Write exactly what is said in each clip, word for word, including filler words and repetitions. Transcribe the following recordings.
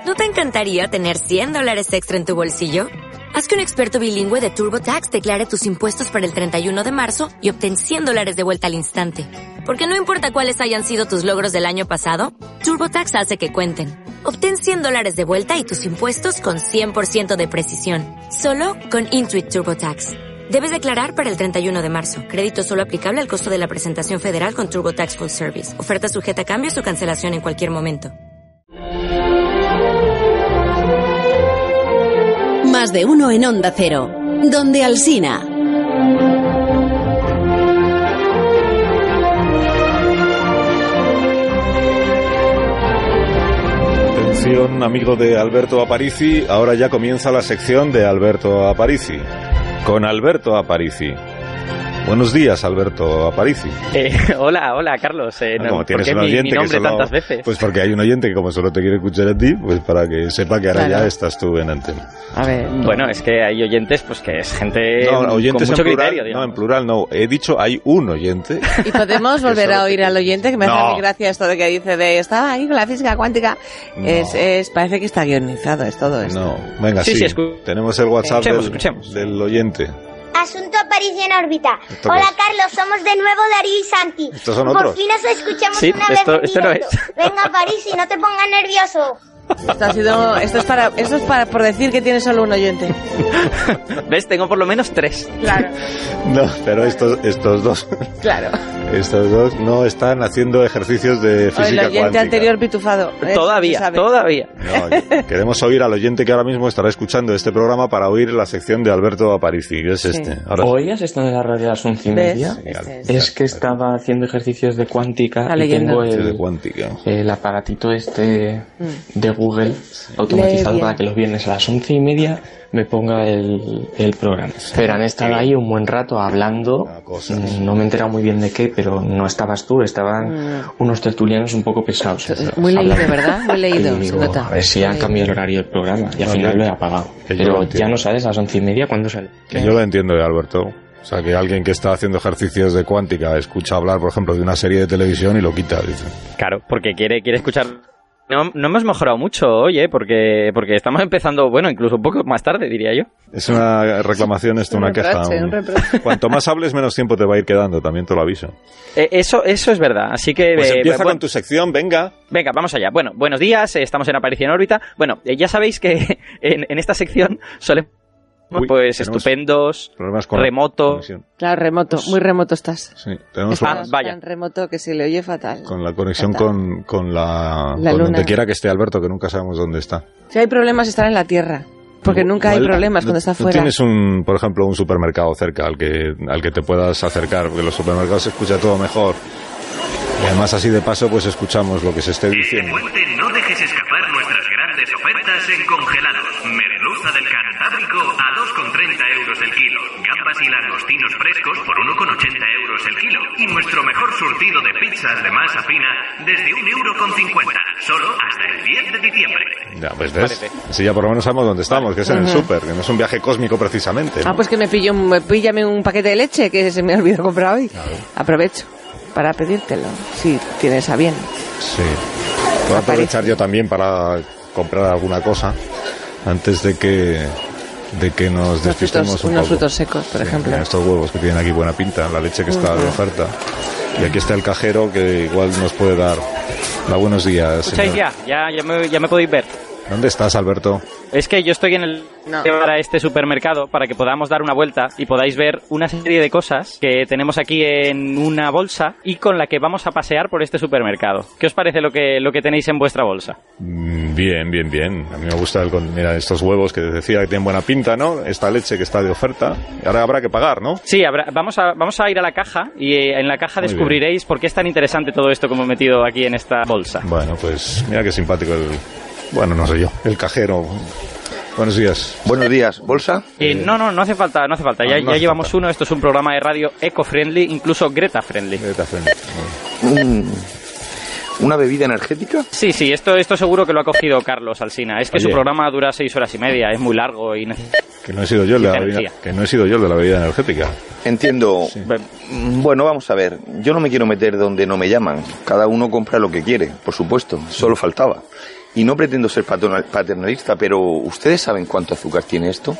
¿No te encantaría tener cien dólares extra en tu bolsillo? Haz que un experto bilingüe de TurboTax declare tus impuestos para el treinta y uno de marzo y obtén cien dólares de vuelta al instante. Porque no importa cuáles hayan sido tus logros del año pasado, TurboTax hace que cuenten. Obtén cien dólares de vuelta y tus impuestos con cien por ciento de precisión. Solo con Intuit TurboTax. Debes declarar para el treinta y uno de marzo. Crédito solo aplicable al costo de la presentación federal con TurboTax Full Service. Oferta sujeta a cambios o cancelación en cualquier momento. Más de uno en Onda Cero, donde Alsina. Atención, amigo de Alberto Aparici, ahora ya comienza la sección de Alberto Aparici. Con Alberto Aparici. Buenos días, Alberto Aparici. Eh, hola, hola, Carlos. Eh, no, como tienes un mi, oyente mi nombre que solo, tantas veces. Pues porque hay un oyente que como solo te quiere escuchar a ti, pues para que sepa que ahora claro. ya estás tú en antena. A ver, bueno, es que hay oyentes, pues que es gente no, oyentes con mucho en plural, criterio, digamos. No, en plural no. He dicho hay un oyente. Y podemos volver a oír al oyente, que me hace no. muy gracia esto de que dice de estaba ahí con la física cuántica. No. Es, es, parece que está guionizado, es todo esto. No, venga, sí. sí. sí Tenemos el WhatsApp escuchemos, del, escuchemos. del oyente. Asunto Aparici en órbita. Hola, es? Carlos, somos de nuevo Darío y Santi. ¿Estos son Por otros? fin os escuchamos sí, una esto, vez en esto directo. No es. Venga, Aparici, no te pongas nervioso. Esto ha sido, esto es para, esto es para por decir que tienes solo un oyente. ¿Ves? Tengo por lo menos tres. Claro. No, pero estos, estos dos. Claro. Estos dos no están haciendo ejercicios de física cuántica. El oyente cuántica. anterior pitufado. ¿eh? Todavía, todavía. No, queremos oír al oyente que ahora mismo estará escuchando este programa para oír la sección de Alberto Aparici, que es sí. este. Ahora ¿Oías esto de la radio a las once y media? Sí, es, es que estaba haciendo ejercicios de cuántica y tengo el, de cuántica. el aparatito este mm. de Google automatizado para que los viernes a las once y media me ponga el, el programa. Sí, pero han estado sí. ahí un buen rato hablando, no me he enterado muy bien de qué, pero no estabas tú, estaban mm. unos tertulianos un poco pesados. Muy leído, ¿verdad? Muy leído. Y digo, a ver si han cambiado el horario del programa y al final lo he apagado. Pero ya no sabes a las once y media cuándo sale. Que yo lo entiendo, Alberto. O sea, que alguien que está haciendo ejercicios de cuántica escucha hablar, por ejemplo, de una serie de televisión y lo quita, dice. Claro, porque quiere, quiere escuchar... No, no hemos mejorado mucho hoy, ¿eh? Porque, porque estamos empezando, bueno, incluso un poco más tarde, diría yo. Es una reclamación, esto, una queja. Un, un cuanto más hables, menos tiempo te va a ir quedando, también te lo aviso. Eh, eso, eso es verdad, así que... Pues eh, empieza bueno, con tu sección, venga. Venga, vamos allá. Bueno, buenos días, estamos en Aparici en órbita. Bueno, eh, ya sabéis que en, en esta sección solemos... Uy, pues estupendos, remoto. Claro, remoto, muy remoto estás. Sí, tenemos estás vaya. tan remoto que se le oye fatal. Con la conexión con, con la, la con luna. Donde quiera que esté Alberto, que nunca sabemos dónde está. Si hay problemas, estar en la Tierra. Porque no, nunca igual, hay problemas no, cuando está no fuera. Tienes un, por ejemplo, un supermercado cerca al que, al que te puedas acercar, porque en los supermercados se escucha todo mejor. Y además así de paso pues escuchamos lo que se esté diciendo. Este puente no dejes escapar nuestras grandes ofertas en congelados. Merluza del Cantábrico a dos con treinta euros el kilo. Gambas y langostinos frescos por uno con ochenta euros el kilo. Y nuestro mejor surtido de pizzas de masa fina desde un euro con cincuenta. Solo hasta el diez de diciembre. Ya, pues ves. Así ya por lo menos sabemos dónde estamos, que es en uh-huh. el súper, que no es un viaje cósmico precisamente, ¿no? Ah, pues que me pillo, me píllame un paquete de leche que se me ha olvidado comprar hoy. Claro. Aprovecho para pedírtelo, si tienes a bien. Sí. Voy a aprovechar yo también para comprar alguna cosa antes de que de que nos despistemos frutos, un unos poco. frutos secos, por sí, ejemplo. Estos huevos que tienen aquí buena pinta, la leche que está uh-huh. de oferta. Y aquí está el cajero que igual nos puede dar la buenos días. ¿Escucháis ya? Ya, ya, me, ya me podéis ver. ¿Dónde estás, Alberto? Es que yo estoy en el no. para este supermercado para que podamos dar una vuelta y podáis ver una serie de cosas que tenemos aquí en una bolsa y con la que vamos a pasear por este supermercado. ¿Qué os parece lo que lo que tenéis en vuestra bolsa? Bien, bien, bien. A mí me gusta el, mira, estos huevos que decía que tienen buena pinta, ¿no? Esta leche que está de oferta. Y ahora habrá que pagar, ¿no? Sí, habrá, vamos a vamos a ir a la caja y en la caja Muy descubriréis bien. por qué es tan interesante todo esto que hemos metido aquí en esta bolsa. Bueno, pues mira qué simpático el... Bueno, no sé yo, el cajero. Buenos días. Buenos días. ¿Bolsa? Eh, no, no, no hace falta, no hace falta. Ya, no, no ya llevamos falta. uno. Esto es un programa de radio eco-friendly, incluso Greta-friendly. Greta-friendly. Mm. ¿Una bebida energética? Sí, sí, esto, esto seguro que lo ha cogido Carlos Alsina. Es que Oye. su programa dura seis horas y media, es muy largo y necesita... Que no he sido yo el de la bebida, que no he sido yo el de la bebida energética. Entiendo. Sí. Bueno, vamos a ver. Yo no me quiero meter donde no me llaman. Cada uno compra lo que quiere, por supuesto. Solo faltaba. y no pretendo ser paternalista, pero ¿ustedes saben cuánto azúcar tiene esto?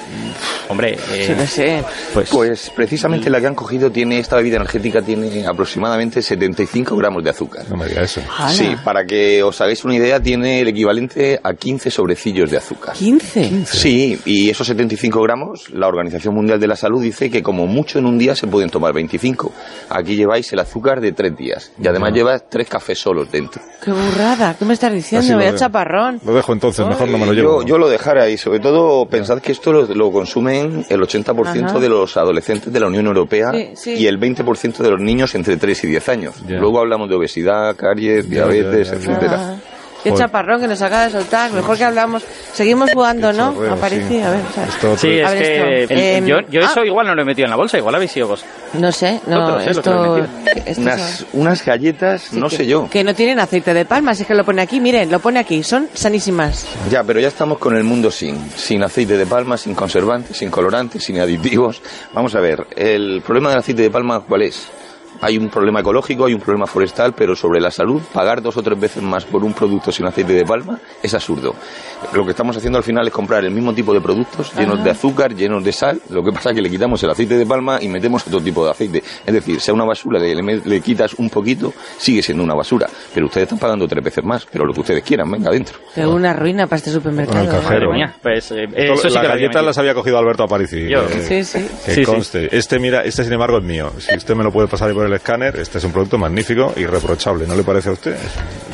Hombre, eh, no sé. Pues, pues precisamente la que han cogido tiene, esta bebida energética tiene aproximadamente setenta y cinco gramos de azúcar. No me diga eso. Sí, para que os hagáis una idea, tiene el equivalente a quince sobrecillos de azúcar. ¿quince? Sí, y esos setenta y cinco gramos, la Organización Mundial de la Salud dice que como mucho en un día se pueden tomar veinticinco. Aquí lleváis el azúcar de tres días y además no. llevas tres cafés solos dentro. ¡Qué burrada! ¿Qué me estás diciendo? Me da chaparrón. Lo dejo entonces, mejor no me lo llevo. Yo, yo lo dejara y sobre todo pensad que esto lo, lo consumen el ochenta por ciento Ajá. de los adolescentes de la Unión Europea sí, sí. y el veinte por ciento de los niños entre tres y diez años. Yeah. Luego hablamos de obesidad, caries, yeah, diabetes, yeah, yeah, etcétera. Ah. Qué chaparrón que nos acaba de soltar. Mejor que hablamos. Seguimos jugando, ¿no? Chorreo, Aparece, sí. a ver. O sea, esto, sí, es que el, eh, yo, yo eso ah. igual no lo he metido en la bolsa, igual habéis sido vos. No sé, no, no sé, esto, esto unas, unas galletas, sí, no que, sé yo. Que no tienen aceite de palma, si es que lo pone aquí, miren, lo pone aquí, son sanísimas. Ya, pero ya estamos con el mundo sin, sin aceite de palma, sin conservantes, sin colorantes, sin aditivos. Vamos a ver, el problema del aceite de palma, ¿cuál es? Hay un problema ecológico, hay un problema forestal, pero sobre la salud, pagar dos o tres veces más por un producto sin aceite de palma es absurdo. Lo que estamos haciendo al final es comprar el mismo tipo de productos llenos Ajá. de azúcar, llenos de sal. Lo que pasa es que le quitamos el aceite de palma y metemos otro tipo de aceite. Es decir, sea una basura, le, le, le quitas un poquito, sigue siendo una basura. Pero ustedes están pagando tres veces más, pero lo que ustedes quieran, venga, adentro. Pero una ruina para este supermercado. Con el cajero. ¿eh? Pues, eh, eso sí las galletas las había cogido Alberto Aparici. Yo. Eh, sí, sí. Que sí, conste. Sí. Este, mira, este sin embargo es mío. Si usted me lo puede pasar ahí por el escáner, este es un producto magnífico, irreprochable, ¿no le parece a usted?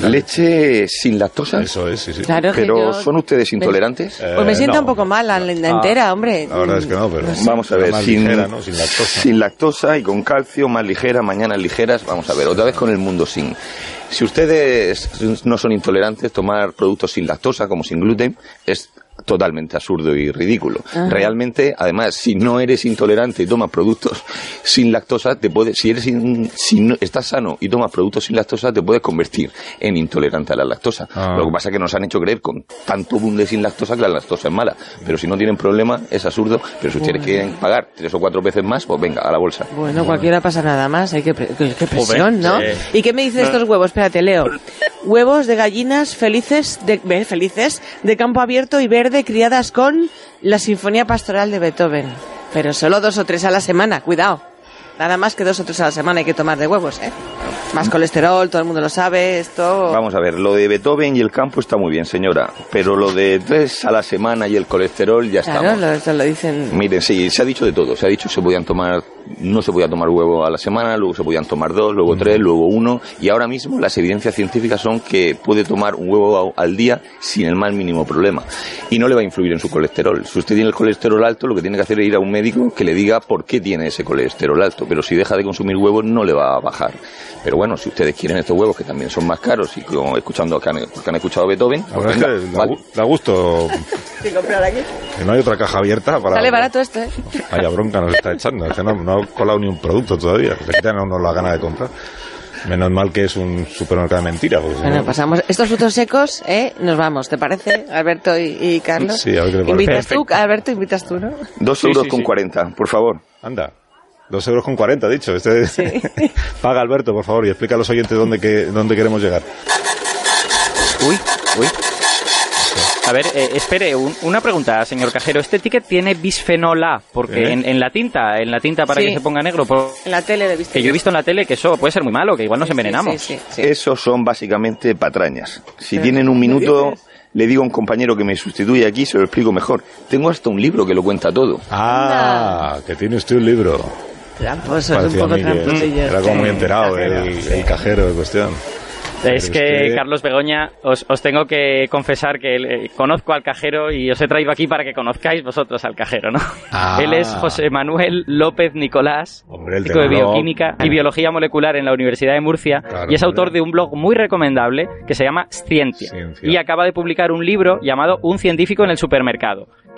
Leche sin lactosa. Eso es, sí, sí. Claro. Pero yo... ¿son ustedes intolerantes? Eh, pues me siento no. un poco mal la entera, ah, hombre. La verdad es que no, pero no sé. Vamos a ver, sin, ligera, ¿no? sin lactosa. Sin lactosa y con calcio, más ligera, mañanas ligeras. Vamos a ver, otra vez con el mundo sin. Si ustedes no son intolerantes, tomar productos sin lactosa, como sin gluten, es totalmente absurdo y ridículo. Ajá. Realmente, además, si no eres intolerante y tomas productos sin lactosa, te puedes, si eres in, si no, estás sano y tomas productos sin lactosa, te puedes convertir en intolerante a la lactosa. Ah. Lo que pasa es que nos han hecho creer con tanto boom de sin lactosa que la lactosa es mala. Pero si no tienen problema, es absurdo. Pero si ustedes bueno. quieren pagar tres o cuatro veces más, pues venga, a la bolsa. Bueno, cualquiera pasa nada más. Hay que pre qué presión, ¿no? Eh. ¿Y qué me dice de estos huevos? Espérate, leo. Huevos de gallinas felices de, eh, felices de campo abierto y verde criadas con la Sinfonía Pastoral de Beethoven. Pero solo dos o tres a la semana, cuidado. Nada más que dos o tres a la semana hay que tomar de huevos, ¿eh? Más colesterol, todo el mundo lo sabe, esto... Vamos a ver, lo de Beethoven y el campo está muy bien, señora, pero lo de tres a la semana y el colesterol ya está. Claro, lo, eso lo dicen... Miren, sí, se ha dicho de todo, se ha dicho que se podían tomar, no se podía tomar huevo a la semana, luego se podían tomar dos, luego mm. tres, luego uno, y ahora mismo las evidencias científicas son que puede tomar un huevo al día sin el más mínimo problema, y no le va a influir en su colesterol. Si usted tiene el colesterol alto, lo que tiene que hacer es ir a un médico que le diga por qué tiene ese colesterol alto, pero si deja de consumir huevos no le va a bajar. Pero bueno, si ustedes quieren estos huevos que también son más caros y como escuchando que han, que han escuchado a Beethoven, pues venga, es que da, ¿vale? da gusto. ¿Qué comprar aquí? Que no hay otra caja abierta para. Sale barato esto, ¿eh? Vaya bronca nos está echando, es que no, no ha colado ni un producto todavía, le quitan a uno la gana de comprar. Menos mal que es un supermercado de mentira. Bueno, si no... pasamos estos frutos secos, ¿eh? Nos vamos, ¿te parece? Alberto y, y Carlos. Sí, a ver qué le parece. Invitas tú, Alberto, invitas tú, ¿no? Dos sí, euros sí, con sí. cuarenta, por favor. Anda. Dos euros con cuarenta, dicho. Este... Sí. Paga, Alberto, por favor, y explica a los oyentes dónde, que, dónde queremos llegar. Uy, uy. A ver, eh, espere, un, una pregunta, señor cajero. ¿Este ticket tiene bisfenol A? Porque ¿Eh? en, en la tinta, en la tinta para sí. que se ponga negro... Por... En la tele de visto. Que yo he visto en la tele que eso puede ser muy malo, que igual nos envenenamos. Sí, sí, sí, sí. Esos son básicamente patrañas. Si ¿Pero tienen un minuto... Le digo a un compañero que me sustituye aquí, se lo explico mejor. Tengo hasta un libro que lo cuenta todo. Ah, no. Que tiene usted un libro. Tramposo, es un poco tramposillo. Era como muy enterado el, el cajero de cuestión. Es que, usted... Carlos Begoña, os, os tengo que confesar que eh, conozco al cajero y os he traído aquí para que conozcáis vosotros al cajero, ¿no? Ah. Él es José Manuel López Nicolás, Hombre, médico de bioquímica y biología molecular en la Universidad de Murcia, claro, y es autor de un blog muy recomendable que se llama Scientia, Ciencia. Y acaba de publicar un libro llamado Un científico en el supermercado,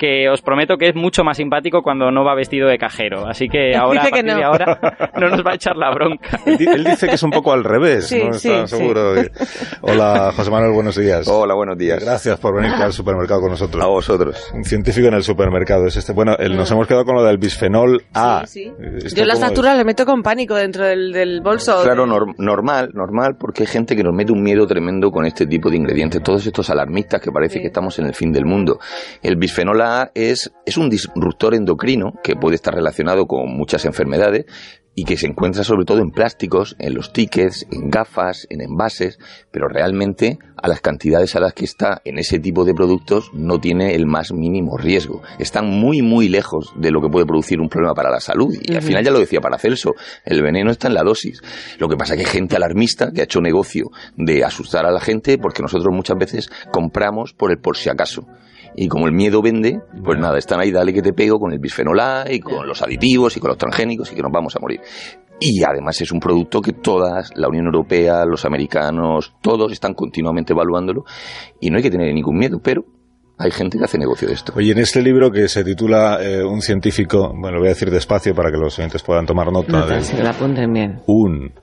que os prometo que es mucho más simpático cuando no va vestido de cajero. Así que ahora, a partir no. de ahora, no nos va a echar la bronca. Él, él dice que es un poco al revés, sí, ¿no? Sí, Está sí. seguro. De... Hola, José Manuel, buenos días. Hola, buenos días. Gracias por venir al supermercado con nosotros. A vosotros. Un científico en el supermercado. Es este. Bueno, el, nos hemos quedado con lo del bisfenol A. Sí, sí. Esto Yo las cómo facturas le meto con pánico dentro del, del bolso. Claro, nor- normal, normal, porque hay gente que nos mete un miedo tremendo con este tipo de ingredientes, todos estos alarmistas que parece Sí. que estamos en el fin del mundo. El bisfenol A es, es un disruptor endocrino que puede estar relacionado con muchas enfermedades y que se encuentra sobre todo en plásticos, en los tickets, en gafas, en envases, pero realmente a las cantidades a las que está en ese tipo de productos no tiene el más mínimo riesgo. Están muy, muy lejos de lo que puede producir un problema para la salud. Y uh-huh. al final ya lo decía Paracelso, el veneno está en la dosis. Lo que pasa es que hay gente alarmista que ha hecho negocio de asustar a la gente porque nosotros muchas veces compramos por el por si acaso. Y como el miedo vende, pues nada, están ahí, dale que te pego con el bisfenol A y con los aditivos y con los transgénicos y que nos vamos a morir. Y además es un producto que toda la Unión Europea, los americanos, todos están continuamente evaluándolo y no hay que tener ningún miedo, pero hay gente que hace negocio de esto. Oye, en este libro que se titula eh, Un científico, bueno, lo voy a decir despacio para que los oyentes puedan tomar nota. No, de, sí, que la apunten bien. Un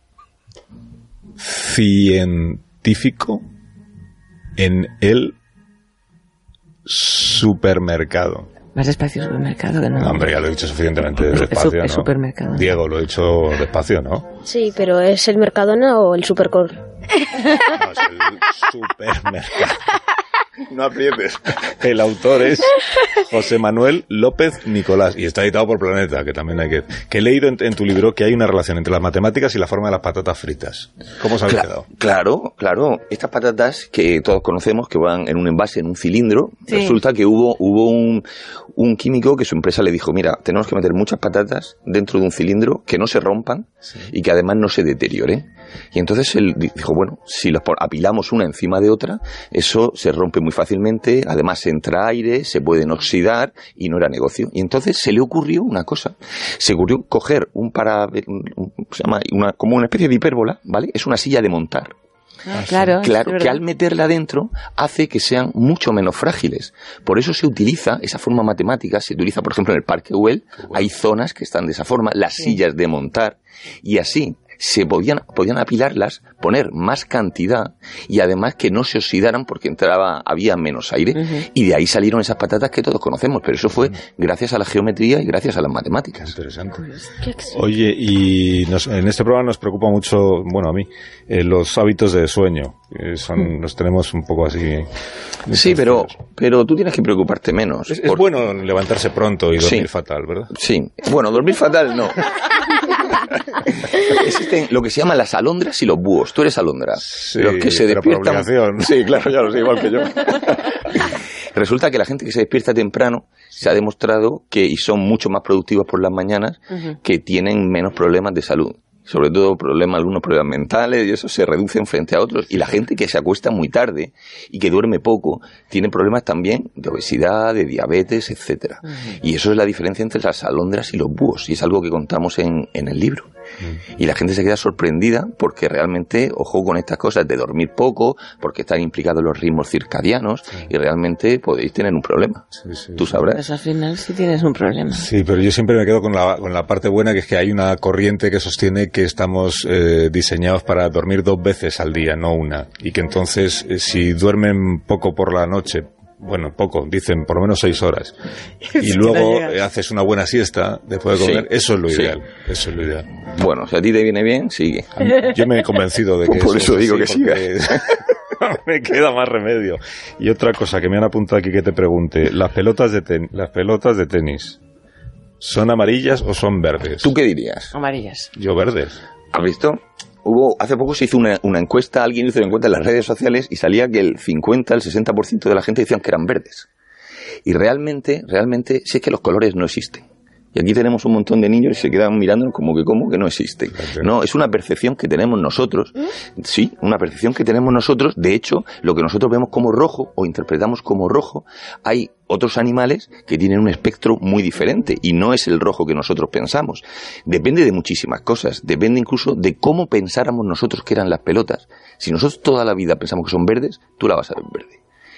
científico en el supermercado. Más despacio supermercado que no. No, hombre, ya lo he dicho suficientemente despacio, es ¿no? Supermercado. Diego, lo he dicho despacio, ¿no? Sí, pero ¿es el Mercadona o el Supercor? No, es el supermercado. No aprietes. El autor es José Manuel López Nicolás y está editado por Planeta, que también hay que... Que he leído en, en tu libro que hay una relación entre las matemáticas y la forma de las patatas fritas. ¿Cómo os habéis Cla- quedado? Claro, claro. Estas patatas que todos conocemos, que van en un envase, en un cilindro, Sí. resulta que hubo, hubo un, un químico que su empresa le dijo, mira, tenemos que meter muchas patatas dentro de un cilindro que no se rompan sí. y que además no se deterioren. Y entonces él dijo, bueno, si los apilamos una encima de otra, eso se rompe muy fácilmente, además entra aire, se pueden oxidar y no era negocio. Y entonces se le ocurrió una cosa, se ocurrió coger un para, un, se llama una, como una especie de hipérbola, ¿vale? Es una silla de montar. Ah, claro, claro que al meterla dentro hace que sean mucho menos frágiles. Por eso se utiliza esa forma matemática, se utiliza por ejemplo en el Parque Güell, hay zonas que están de esa forma, las sí. sillas de montar, y así se podían, podían apilarlas, poner más cantidad y además que no se oxidaran porque entraba, había menos aire uh-huh. y de ahí salieron esas patatas que todos conocemos, pero eso fue gracias a la geometría y gracias a las matemáticas. Interesante. Oye, y nos, en este programa nos preocupa mucho, bueno a mí, eh, los hábitos de sueño, eh, son, los tenemos un poco así. Sí, pero, pero tú tienes que preocuparte menos. Es, por... es bueno levantarse pronto y dormir sí. fatal, ¿verdad? Sí, bueno, dormir fatal no. Existen lo que se llaman las alondras y los búhos. Tú eres alondra. Sí, los que se pero despiertan. Por obligación. Sí, claro, ya lo sé, igual que yo. Resulta que la gente que se despierta temprano se ha demostrado que y son mucho más productivos por las mañanas, uh-huh. que tienen menos problemas de salud. Sobre todo problemas, algunos problemas mentales, y eso se reducen frente a otros. Y la gente que se acuesta muy tarde y que duerme poco, tiene problemas también de obesidad, de diabetes, etcétera. Uh-huh. Y eso es la diferencia entre las alondras y los búhos, y es algo que contamos en, en el libro. Uh-huh. Y la gente se queda sorprendida porque realmente, ojo con estas cosas de dormir poco, porque están implicados los ritmos circadianos, uh-huh. y realmente podéis tener un problema. Sí, sí, Tú sabrás. Pues al final sí tienes un problema. Sí, pero yo siempre me quedo con la, con la parte buena, que es que hay una corriente que sostiene que que estamos eh, diseñados para dormir dos veces al día, no una, y que entonces eh, si duermen poco por la noche, bueno, poco, dicen por lo menos seis horas, y luego eh, haces una buena siesta después de comer, sí, eso es lo ideal, sí. eso es lo ideal. Bueno, si a ti te viene bien, sigue. Yo me he convencido de que por eso, eso digo que siga. Me queda más remedio. Y otra cosa que me han apuntado aquí que te pregunte, las pelotas de ten- las pelotas de tenis, ¿son amarillas o son verdes? ¿Tú qué dirías? Amarillas. Yo verdes. ¿Has visto? Hubo, hace poco se hizo una, una encuesta, alguien hizo una encuesta en las redes sociales y salía que el cincuenta, el sesenta por ciento de la gente decían que eran verdes. Y realmente, realmente, sí que los colores no existen. Y aquí tenemos un montón de niños y se quedan mirándonos como que como que no existen. No, es una percepción que tenemos nosotros. Sí, una percepción que tenemos nosotros. De hecho, lo que nosotros vemos como rojo o interpretamos como rojo, hay otros animales que tienen un espectro muy diferente y no es el rojo que nosotros pensamos. Depende de muchísimas cosas. Depende incluso de cómo pensáramos nosotros que eran las pelotas. Si nosotros toda la vida pensamos que son verdes, tú la vas a ver verde.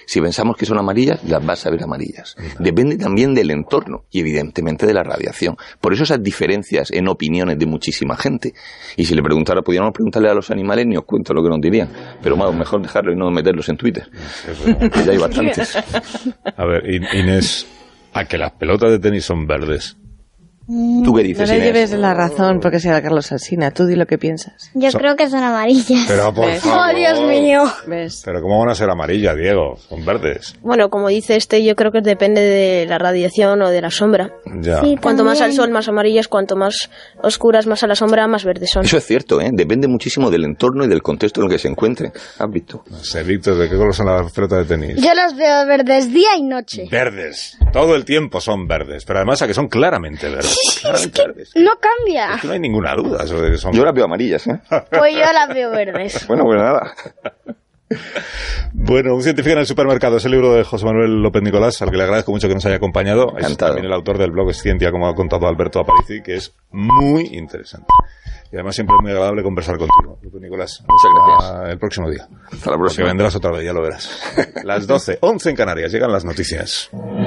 Si pensamos que son amarillas, las vas a ver amarillas. Depende también del entorno y evidentemente de la radiación. Por eso esas diferencias en opiniones de muchísima gente. Y si le preguntara, pudiéramos preguntarle a los animales, ni os cuento lo que nos dirían. Pero bueno, mejor dejarlo y no meterlos en Twitter. Que ya hay bastantes. A ver, Inés, ¿a que las pelotas de tenis son verdes? ¿Tú qué dices, No le Inés? lleves la razón porque sea Carlos Alsina. Tú di lo que piensas. Yo So- creo que son amarillas. Pero por ¿Ves? favor. ¡Oh, Dios mío! ¿Ves? Pero ¿cómo van a ser amarillas, Diego? Son verdes. Bueno, como dice este, yo creo que depende de la radiación o de la sombra. Ya. Sí, Cuanto más al también. sol, más amarillas, cuanto más oscuras, más a la sombra, más verdes son. Eso es cierto, ¿eh? Depende muchísimo del entorno y del contexto en el que se encuentre. ¿Has visto? No sé, Víctor, ¿de qué color son las pelotas de tenis? Yo los veo verdes día y noche. Verdes. Todo el tiempo son verdes. Pero además a que son claramente verdes. Claramente verdes. No cambia. Es que no hay ninguna duda sobre que son Yo las veo amarillas, ¿eh? Pues yo las veo verdes. Bueno, pues nada. Bueno, un científico en el supermercado es el libro de José Manuel López Nicolás, al que le agradezco mucho que nos haya acompañado. Es Encantado. también el autor del blog Scientia, como ha contado Alberto Aparici, que es muy interesante. Y además siempre es muy agradable conversar contigo, López Nicolás. Muchas gracias. Hasta el próximo día. Hasta la Porque próxima. vendrás otra vez, ya lo verás. Las doce, once en Canarias, llegan las noticias.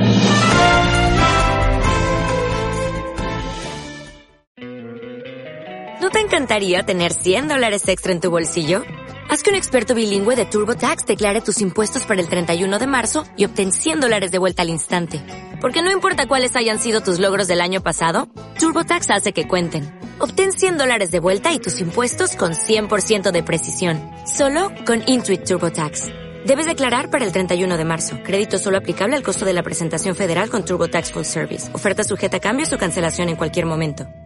¿No te encantaría tener cien dólares extra en tu bolsillo? Haz que un experto bilingüe de TurboTax declare tus impuestos para el treinta y uno de marzo y obtén cien dólares de vuelta al instante. Porque no importa cuáles hayan sido tus logros del año pasado, TurboTax hace que cuenten. Obtén cien dólares de vuelta y tus impuestos con cien por ciento de precisión. Solo con Intuit TurboTax. Debes declarar para el treinta y uno de marzo. Crédito solo aplicable al costo de la presentación federal con TurboTax Full Service. Oferta sujeta a cambios o cancelación en cualquier momento.